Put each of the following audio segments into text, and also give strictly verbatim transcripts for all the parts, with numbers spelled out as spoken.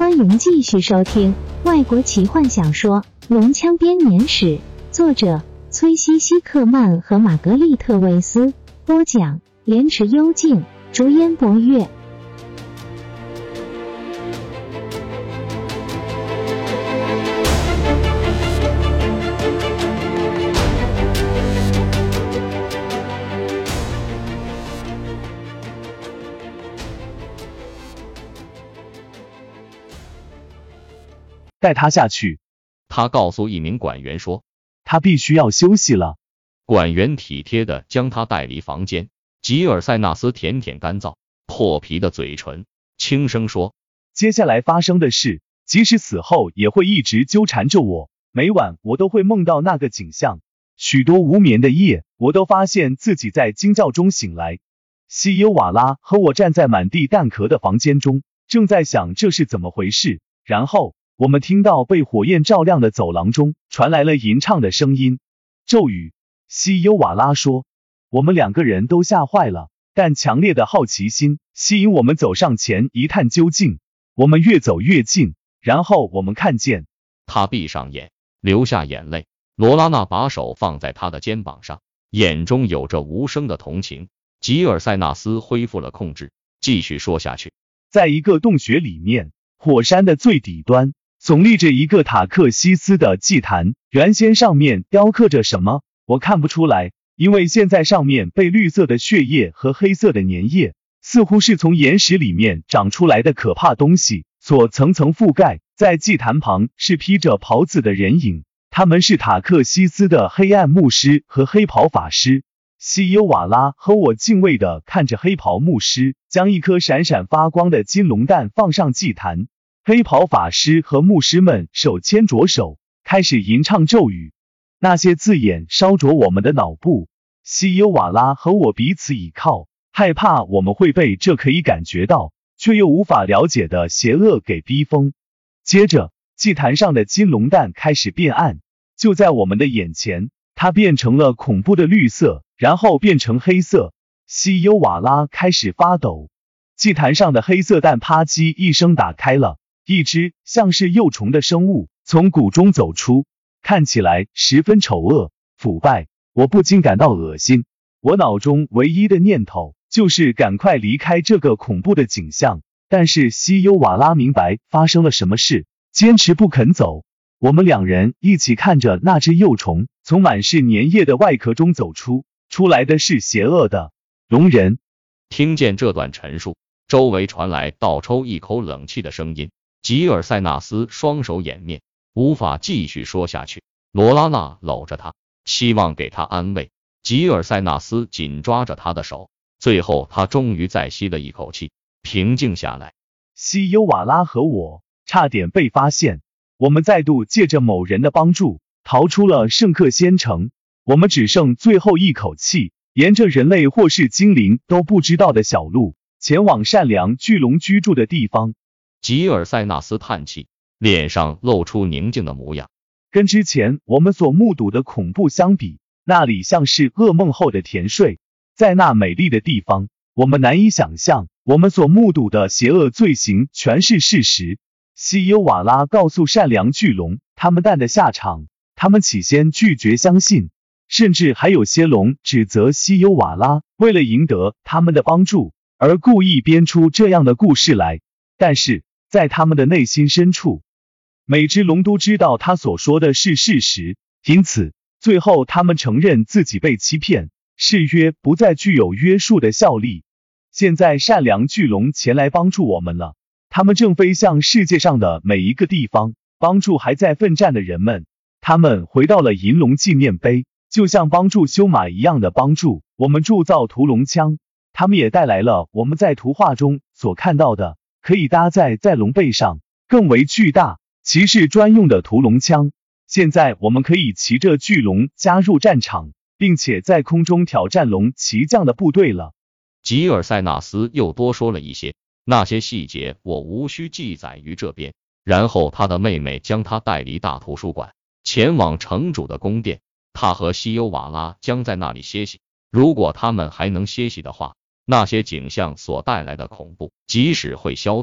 欢迎继续收听外国奇幻小说《龙枪编年史》，作者崔西西克曼和玛格丽特卫斯，播讲莲池幽静，竹烟博月。 带他下去， 他告诉一名管员说， 他必须要休息了。 管员体贴地将他带离房间。吉尔塞纳斯舔舔干燥破皮的嘴唇，轻声说， 接下来发生的事，即使死后也会一直纠缠着我，每晚我都会梦到那个景象，许多无眠的夜，我都发现自己在惊叫中醒来。西尤瓦拉和我站在满地弹壳的房间中，正在想这是怎么回事，然后我们听到被火焰照亮的走廊中传来了吟唱的声音。咒语，西尤瓦拉说。我们两个人都吓坏了，但强烈的好奇心吸引我们走上前一探究竟。我们越走越近，然后我们看见他闭上眼，流下眼泪。罗拉娜把手放在他的肩膀上，眼中有着无声的同情。吉尔塞纳斯恢复了控制，继续说下去。 在一个洞穴里面，火山的最底端耸立着一个塔克西斯的祭坛，原先上面雕刻着什么我看不出来，因为现在上面被绿色的血液和黑色的粘液，似乎是从岩石里面长出来的可怕东西所层层覆盖。在祭坛旁是披着袍子的人影，他们是塔克西斯的黑暗牧师和黑袍法师。西尤瓦拉和我敬畏地看着黑袍牧师将一颗闪闪发光的金龙蛋放上祭坛，黑袍法师和牧师们手牵着手，开始吟唱咒语。那些字眼烧灼我们的脑部，西尤瓦拉和我彼此倚靠，害怕我们会被这可以感觉到却又无法了解的邪恶给逼疯。接着，祭坛上的金龙蛋开始变暗，就在我们的眼前，它变成了恐怖的绿色，然后变成黑色。西尤瓦拉开始发抖，祭坛上的黑色蛋啪叽一声打开了，一只像是幼虫的生物从谷中走出，看起来十分丑恶腐败，我不禁感到恶心。我脑中唯一的念头就是赶快离开这个恐怖的景象，但是西尤瓦拉明白发生了什么事，坚持不肯走。我们两人一起看着那只幼虫从满是粘液的外壳中走出，出来的是邪恶的龙人。 听见这段陈述，周围传来倒抽一口冷气的声音。吉尔塞纳斯双手掩面，无法继续说下去。罗拉娜搂着他，希望给他安慰。吉尔塞纳斯紧抓着他的手，最后他终于再吸了一口气，平静下来。 西尤瓦拉和我差点被发现，我们再度借着某人的帮助逃出了圣克仙城。我们只剩最后一口气，沿着人类或是精灵都不知道的小路，前往善良巨龙居住的地方。 吉尔塞纳斯叹气，脸上露出宁静的模样。 跟之前我们所目睹的恐怖相比，那里像是噩梦后的甜睡。在那美丽的地方，我们难以想象我们所目睹的邪恶罪行全是事实。西尤瓦拉告诉善良巨龙他们蛋的下场，他们起先拒绝相信，甚至还有些龙指责西尤瓦拉为了赢得他们的帮助而故意编出这样的故事来。但是在他们的内心深处，每只龙都知道他所说的是事实，因此最后他们承认自己被欺骗，誓约不再具有约束的效力。现在善良巨龙前来帮助我们了，他们正飞向世界上的每一个地方，帮助还在奋战的人们。他们回到了银龙纪念碑，就像帮助修马一样的帮助我们铸造屠龙枪。他们也带来了我们在图画中所看到的可以搭载在龙背上更为巨大骑士专用的屠龙枪。现在我们可以骑着巨龙加入战场，并且在空中挑战龙骑将的部队了。 吉尔塞纳斯又多说了一些，那些细节我无需记载于这边。然后他的妹妹将他带离大图书馆，前往城主的宫殿。他和西尤瓦拉将在那里歇息，如果他们还能歇息的话，那些景象所带来的恐怖即使会消退，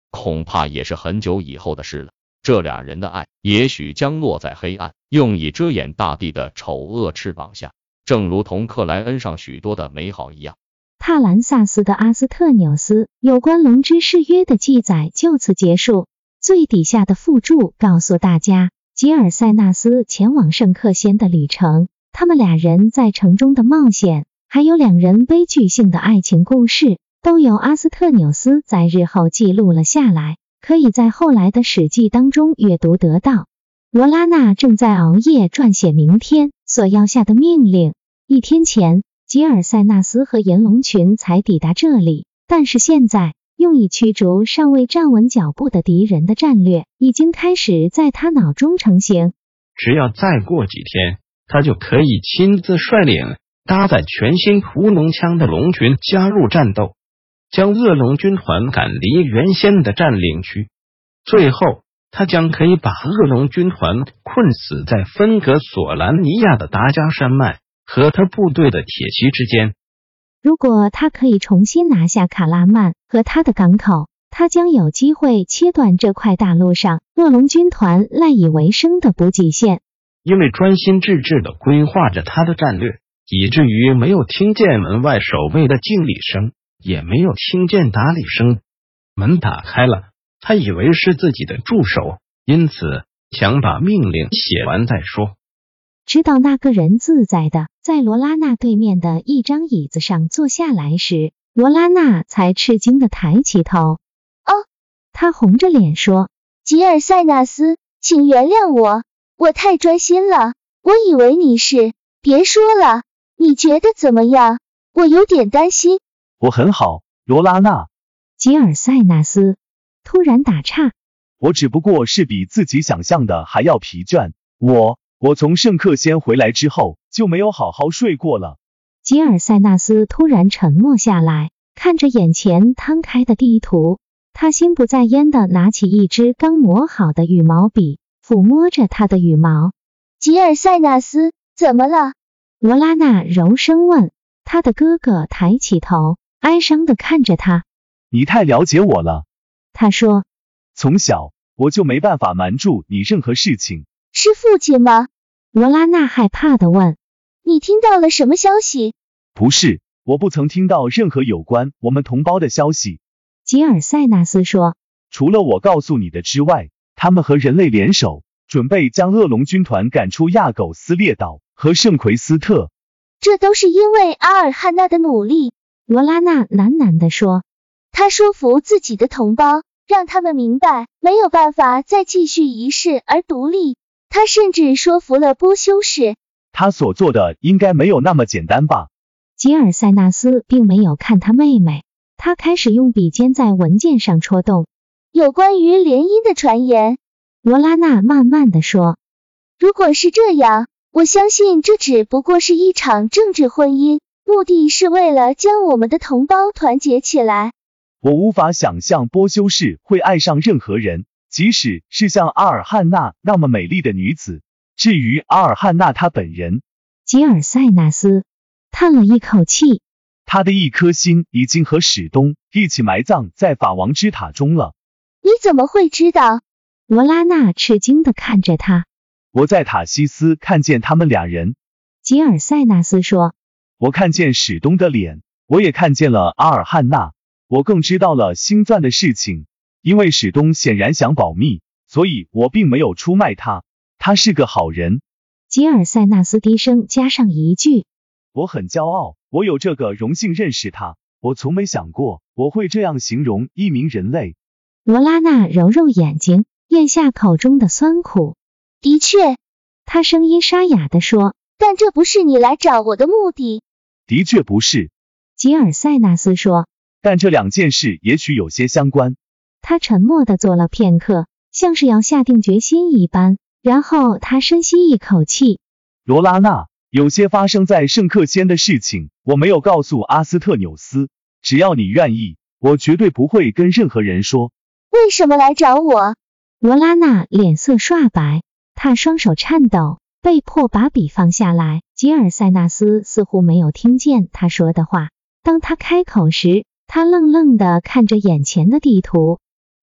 恐怕也是很久以后的事了。这俩人的爱，也许将落在黑暗，用以遮掩大地的丑恶翅膀下，正如同克莱恩上许多的美好一样。 帕兰萨斯的阿斯特纽斯有关龙之誓约的记载就此结束。最底下的附注告诉大家，吉尔塞纳斯前往圣克仙的旅程，他们俩人在城中的冒险，还有两人悲剧性的爱情故事，都由阿斯特纽斯在日后记录了下来，可以在后来的史记当中阅读得到。罗拉娜正在熬夜撰写明天所要下的命令。一天前，吉尔塞纳斯和炎龙群才抵达这里，但是现在用以驱逐尚未站稳脚步的敌人的战略已经开始在他脑中成型。 只要再过几天，他就可以亲自率领搭载全新屠龙枪的龙群加入战斗，将恶龙军团赶离原先的占领区。最后，他将可以把恶龙军团困死在分隔索兰尼亚的达加山脉和他部队的铁骑之间。 如果他可以重新拿下卡拉曼和他的港口，他将有机会切断这块大陆上恶龙军团赖以为生的补给线。 因为专心致志地规划着他的战略，以至于没有听见门外守卫的敬礼声，也没有听见打理声。门打开了，他以为是自己的助手，因此想把命令写完再说。 直到那个人自在的在罗拉娜对面的一张椅子上坐下来时，罗拉娜才吃惊地抬起头。 哦， 她红着脸说， 吉尔塞纳斯，请原谅我，我太专心了，我以为你是……别说了，你觉得怎么样？我有点担心。 我很好，罗拉娜。 吉尔塞纳斯突然打岔， 我只不过是比自己想象的还要疲倦，我我从圣克仙回来之后就没有好好睡过了。 吉尔塞纳斯突然沉默下来，看着眼前摊开的地图，他心不在焉地拿起一支刚磨好的羽毛笔，抚摸着他的羽毛。 吉尔塞纳斯，怎么了？ 罗拉娜柔声问。他的哥哥抬起头，哀伤地看着他。 你太了解我了， 他说。 从小我就没办法瞒住你任何事情。 是父亲吗？ 罗拉娜害怕地问。 你听到了什么消息？ 不是，我不曾听到任何有关我们同胞的消息。 吉尔塞纳斯说。 除了我告诉你的之外，他们和人类联手，准备将恶龙军团赶出亚苟斯列岛和圣奎斯特。 这都是因为阿尔汉娜的努力， 罗拉娜喃喃地说。 他说服自己的同胞，让他们明白没有办法再继续一世而独立。他甚至说服了波修士。 他所做的应该没有那么简单吧？ 吉尔塞纳斯并没有看他妹妹，他开始用笔尖在文件上戳动。 有关于联姻的传言， 罗拉娜慢慢地说。 如果是这样，我相信这只不过是一场政治婚姻，目的是为了将我们的同胞团结起来。 我无法想象波修士会爱上任何人，即使是像阿尔汉娜那么美丽的女子。至于阿尔汉娜她本人， 吉尔塞纳斯叹了一口气， 他的一颗心已经和史东一起埋葬在法王之塔中了。 你怎么会知道？ 罗拉娜吃惊地看着他。 我在塔西斯看见他们俩人。 吉尔塞纳斯说。 我看见史东的脸，我也看见了阿尔汉娜，我更知道了星钻的事情。因为史东显然想保密，所以我并没有出卖他，他是个好人。 吉尔塞纳斯低声加上一句。 我很骄傲，我有这个荣幸认识他，我从没想过我会这样形容一名人类。 罗拉娜揉揉眼睛，咽下口中的酸苦。 的确， 他声音沙哑地说， 但这不是你来找我的目的。 的确不是， 吉尔塞纳斯说， 但这两件事也许有些相关。 他沉默地坐了片刻，像是要下定决心一般，然后他深吸一口气。 罗拉娜，有些发生在圣克仙的事情，我没有告诉阿斯特纽斯，只要你愿意，我绝对不会跟任何人说。 为什么来找我？ 罗拉娜脸色刷白，她双手颤抖，被迫把笔放下来。吉尔塞纳斯似乎没有听见他说的话，当他开口时，他愣愣地看着眼前的地图。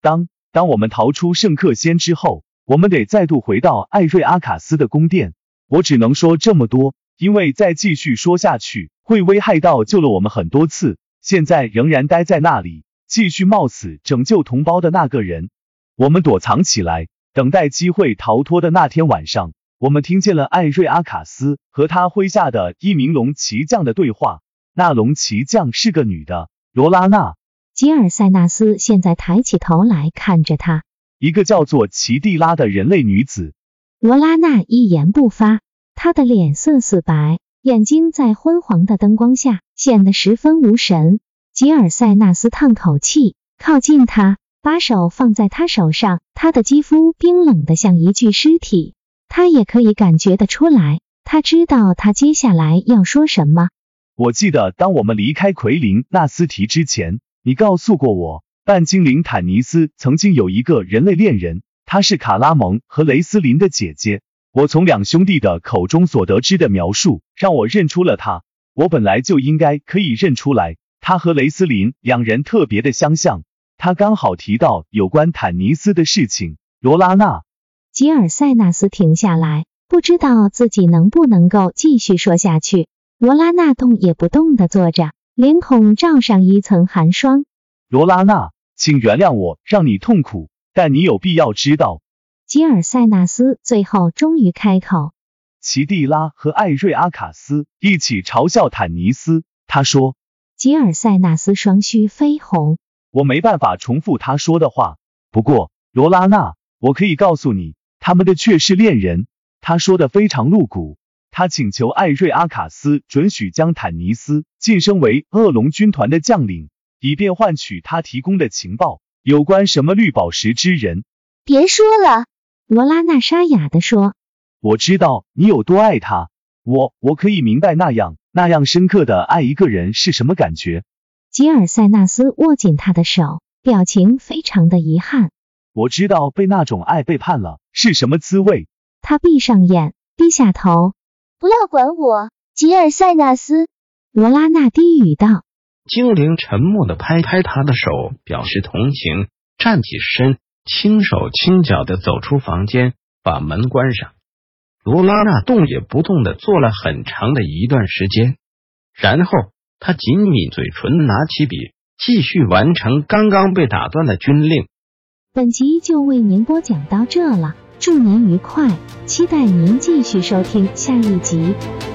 当当我们逃出圣克仙之后，我们得再度回到艾瑞阿卡斯的宫殿。我只能说这么多，因为再继续说下去会危害到救了我们很多次，现在仍然待在那里继续冒死拯救同胞的那个人。我们躲藏起来，等待机会逃脱的那天晚上，我们听见了艾瑞阿卡斯和他麾下的一名龙骑将的对话。那龙骑将是个女的，罗拉娜。 吉尔塞纳斯现在抬起头来看着他， 一个叫做奇蒂拉的人类女子。 罗拉娜一言不发，她的脸色似白，眼睛在昏黄的灯光下显得十分无神。吉尔塞纳斯叹口气，靠近他，把手放在他手上，他的肌肤冰冷得像一具尸体。他也可以感觉得出来，他知道他接下来要说什么。 我记得当我们离开奎林纳斯提之前，你告诉过我，半精灵坦尼斯曾经有一个人类恋人，她是卡拉蒙和雷斯林的姐姐。我从两兄弟的口中所得知的描述，让我认出了她。我本来就应该可以认出来，她和雷斯林两人特别的相像。他刚好提到有关坦尼斯的事情。罗拉娜。 吉尔塞纳斯停下来，不知道自己能不能够继续说下去。罗拉娜动也不动地坐着，脸孔罩上一层寒霜。 罗拉娜，请原谅我让你痛苦，但你有必要知道。 吉尔塞纳斯最后终于开口。 奇蒂拉和艾瑞阿卡斯一起嘲笑坦尼斯，他说。 吉尔塞纳斯双须绯红。 我没办法重复他说的话，不过罗拉娜，我可以告诉你，他们的确是恋人。他说的非常露骨。他请求艾瑞阿卡斯准许将坦尼斯晋升为恶龙军团的将领，以便换取他提供的情报，有关什么绿宝石之人。 别说了， 罗拉娜沙哑地说。 我知道你有多爱他，我我可以明白那样那样深刻的爱一个人是什么感觉。 吉尔塞纳斯握紧他的手，表情非常的遗憾。 我知道被那种爱背叛了是什么滋味。 他闭上眼，低下头。 不要管我，吉尔塞纳斯。 罗拉娜低语道。 精灵沉默地拍拍他的手，表示同情，站起身，轻手轻脚地走出房间，把门关上。罗拉娜动也不动地坐了很长的一段时间，然后他紧抿嘴唇，拿起笔，继续完成刚刚被打断的军令。 本集就为您播讲到这了，祝您愉快，期待您继续收听下一集。